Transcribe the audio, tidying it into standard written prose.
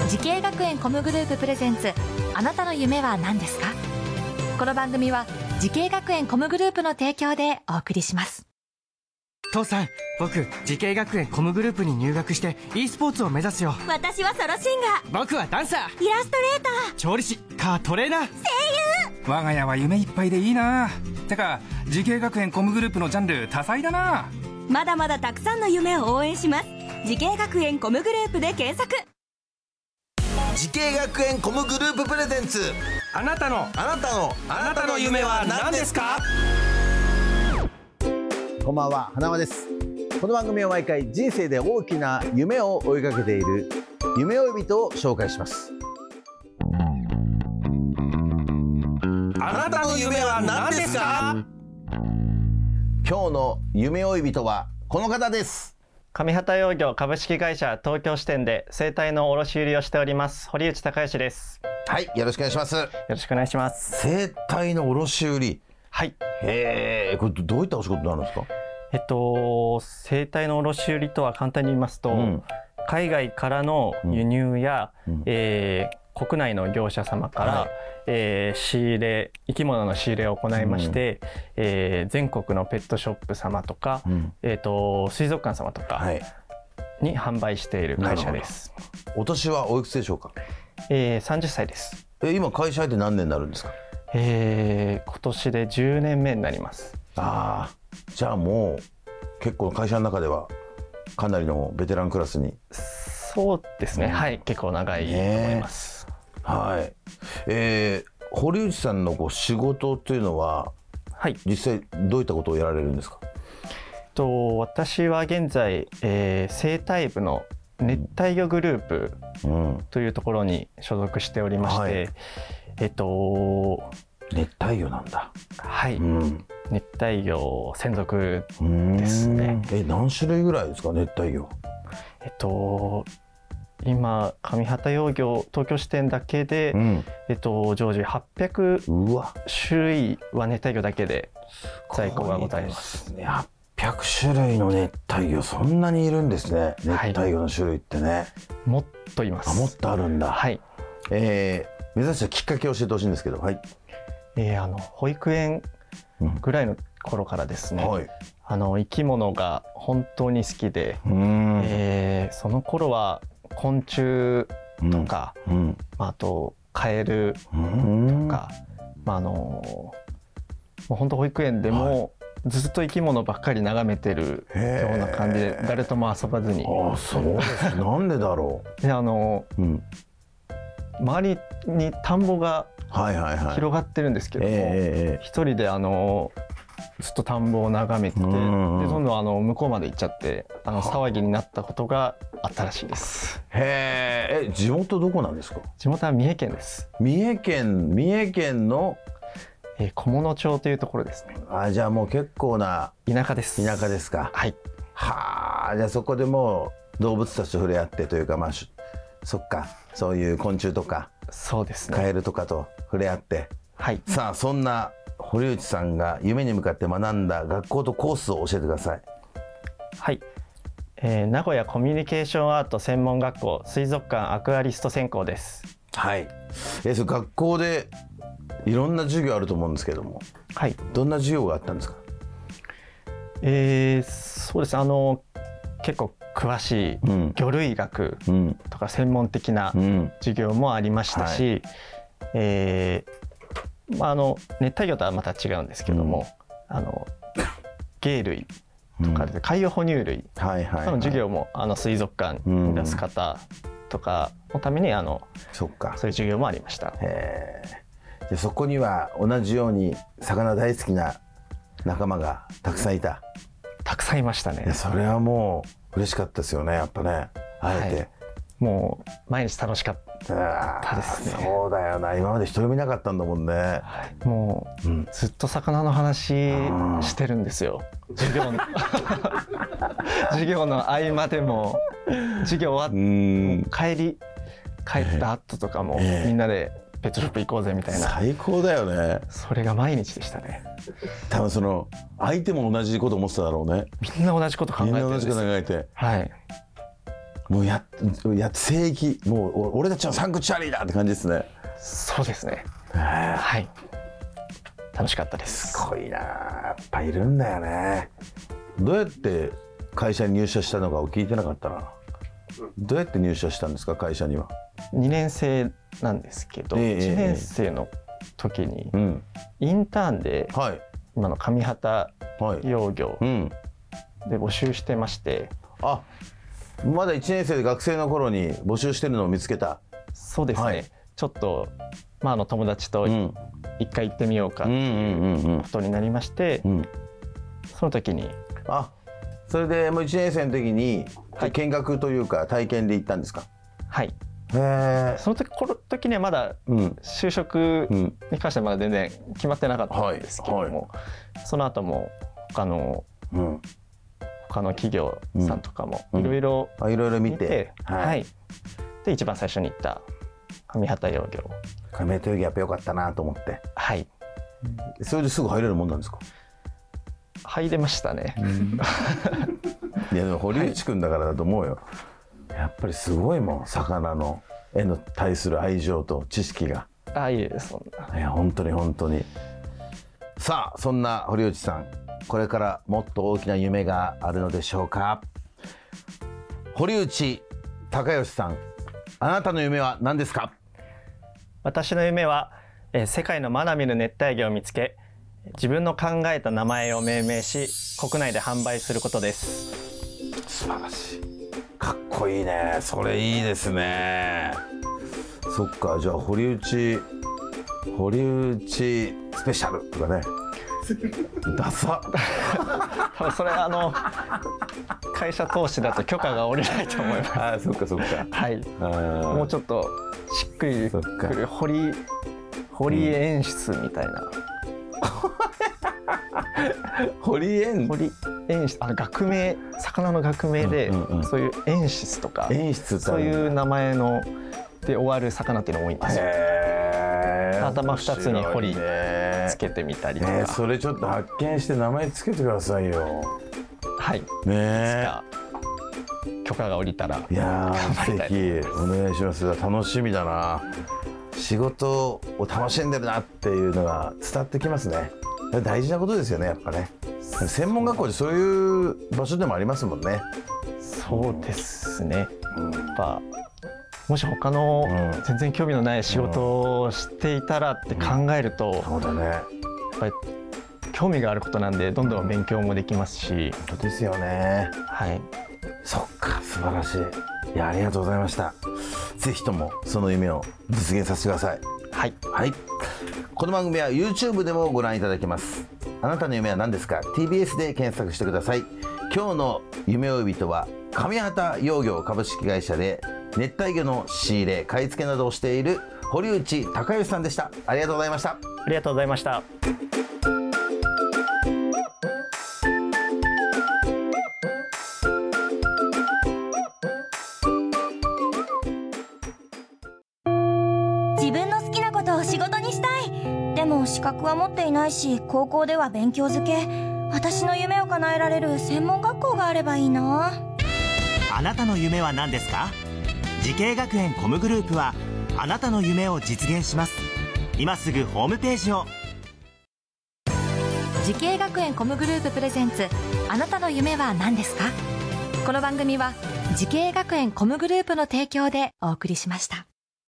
時系学園コムグループプレゼンツ、あなたの夢は何ですか？この番組は時系学園コムグループの提供でお送りします。 父さん、僕時系学園コムグループに入学して e スポーツを目指すよ。 私はソロシンガー、 僕はダンサー、 イラストレーター、 調理師、カートレーナー、声優。我が家は夢いっぱいでいいな。てか時系学園コムグループのジャンル多彩だな。 まだまだたくさんの夢を応援します。時系学園コムグループで検索。 時系学園コムグループプレゼンツ、 あなたの夢は何ですか？ こんばんは、花輪です。この番組は毎回人生で大きな夢を追いかけている夢追い人を紹介します。 あなたの夢は何ですか？ 今日の夢追い人はこの方です。 上畑養業株式会社東京支店で生態の卸売をしております堀内孝義です。 はい、よろしくお願いします。 よろしくお願いします。 生態の卸売、 はい。 これどういったお仕事になるんですか？ 生態の卸売とは簡単に言いますと、海外からの輸入や、国内の業者様から、仕入れ、生き物の仕入れを行いまして、全国のペットショップ様とか、水族館様とかに販売している会社です。 お年はおいくつでしょうか ？30歳です。 今会社入って何年になるんですか？ 今年で10年目になります。 ああ、じゃあもう結構会社の中ではかなりのベテランクラスに。 そうですね、はい、結構長いと思います。 はい。堀内さんの仕事というのは、はい、実際どういったことをやられるんですか？ 私は現在、生態部の熱帯魚グループというところに所属しておりまして、熱帯魚なんだ。 はい、熱帯魚専属ですね。 何種類ぐらいですか、熱帯魚？ 今上畑養業東京支店だけで、常時800種類は熱帯魚だけで在庫がございます。 800種類の熱帯魚、そんなにいるんですね。熱帯魚の種類ってね。 もっといます。 もっとあるんだ。 はい。 目指したきっかけを教えてほしいんですけど。はい。 保育園ぐらいの頃からですね、生き物が本当に好きで、その頃は昆虫とか、あとカエルとか、もう本当保育園でもずっと生き物ばっかり眺めてるような感じで、誰とも遊ばずに。 そうです。なんでだろう。 で周りに田んぼが広がってるんですけども、一人でずっと田んぼを眺めてて、でどんどん向こうまで行っちゃって騒ぎになったことがあったらしいです。 地元どこなんですか？ 地元は三重県です。 三重県の菰野町というところですね。 じゃあもう結構な田舎です。 田舎ですか？ はい。 じゃあそこでもう動物たちと触れ合ってというか、そっか、そういう昆虫とか、 そうですね、 カエルとかと触れ合って、さあそんな堀内さんが夢に向かって学んだ学校とコースを教えてください。 はい、名古屋コミュニケーションアート専門学校水族館アクアリスト専攻です。 はい。その学校でいろんな授業あると思うんですけども、どんな授業があったんですか？ そうです。結構詳しい魚類学とか専門的な授業もありましたし、熱帯魚とはまた違うんですけども、鯨類とか海洋哺乳類の授業も水族館に出す方とかのためにそういう授業もありました。 でそこには同じように魚大好きな仲間がたくさんいた？ たくさんいましたね。 それはもう嬉しかったですよね、やっぱね。会えて、 もう毎日楽しかったですね。 そうだよな、今まで一人もいなかったんだもんね。 もう、ずっと魚の話してるんですよ。授業の合間でも、授業終わって帰った後とかも、みんなでペットショップ行こうぜみたいな。 最高だよね。 それが毎日でしたね。 多分相手も同じこと思ってただろうね。 みんな同じこと考えてるんです。 みんな同じこと考えて。 はい。 もう聖域、もう俺たちのサンクチュアリーだって感じですね。 そうですね。はい。楽しかったです。 すごいな、やっぱいるんだよね。どうやって会社に入社したのかを聞いてなかったな。どうやって入社したんですか、会社には。 2年生なんですけど、1年生の時にインターンで今の上畑養業で募集してまして、 あ、まだ1年生で学生の頃に募集してるのを見つけた。 そうですね、ちょっと友達と一回行ってみようかっていうことになりまして、その時にそれでもう1年生の時に見学というか体験で行ったんですか。 はい。その時にはまだ就職に関してはまだ全然決まってなかったんですけども、その後も他の企業さんとかもいろいろ見て、 で一番最初に行った上畑養業。 上畑養業やっぱ良かったなと思って。 はい。 それですぐ入れるもんなんですか。 入れましたね。 いやでも堀内くんだからだと思うよ。やっぱりすごいもん、魚の絵の対する愛情と知識が。 いいです、そんな。 いや本当に本当に。さあそんな堀内さん、これからもっと大きな夢があるのでしょうか。堀内孝義さん、あなたの夢は何ですか。 私の夢は、世界のまだ見ぬ熱帯魚を見つけ、自分の考えた名前を命名し国内で販売することです。 素晴らしい、かっこいいね。それいいですね。そっか、じゃあ堀内スペシャルとかね。ダサそれ会社投資だと許可が下りないと思います。 そっかそっか。 はい。もうちょっとしっくりくる堀演出みたいな。 堀演出、学名、魚の学名で、そういう演出とかそういう名前ので終わる魚っていうの多いんですよ。頭2つに堀つけてみたりとか。 それちょっと発見して名前つけてくださいよ。 はい。許可が下りたら。 いや素敵、お願いします。楽しみだな。仕事を楽しんでるなっていうのが伝わってきますね。大事なことですよね、やっぱね。専門学校でそういう場所でもありますもんね。 そうですね。やっぱもし他の全然興味のない仕事をしていたらって考えると、 そうだね。やっぱり興味があることなんでどんどん勉強もできますし。 本当ですよね。 はい。 そっか、素晴らしい。いや、ありがとうございました。ぜひともその夢を実現させてください。 はい。 はい。この番組は YouTube でもご覧いただけます。あなたの夢は何ですか。 TBS で検索してください。今日の夢追い人は上畑養業株式会社で熱帯魚の仕入れ買い付けなどをしている堀内孝義さんでした。ありがとうございました。 ありがとうございました。 自分の好きなことを仕事にしたい。でも資格は持っていないし、高校では勉強づけ。私の夢を叶えられる専門学校があればいいな。 あなたの夢は何ですか。時系学園コムグループはあなたの夢を実現します。今すぐホームページを。 時系学園コムグループプレゼンツ、あなたの夢は何ですか。この番組は時系学園コムグループの提供でお送りしました。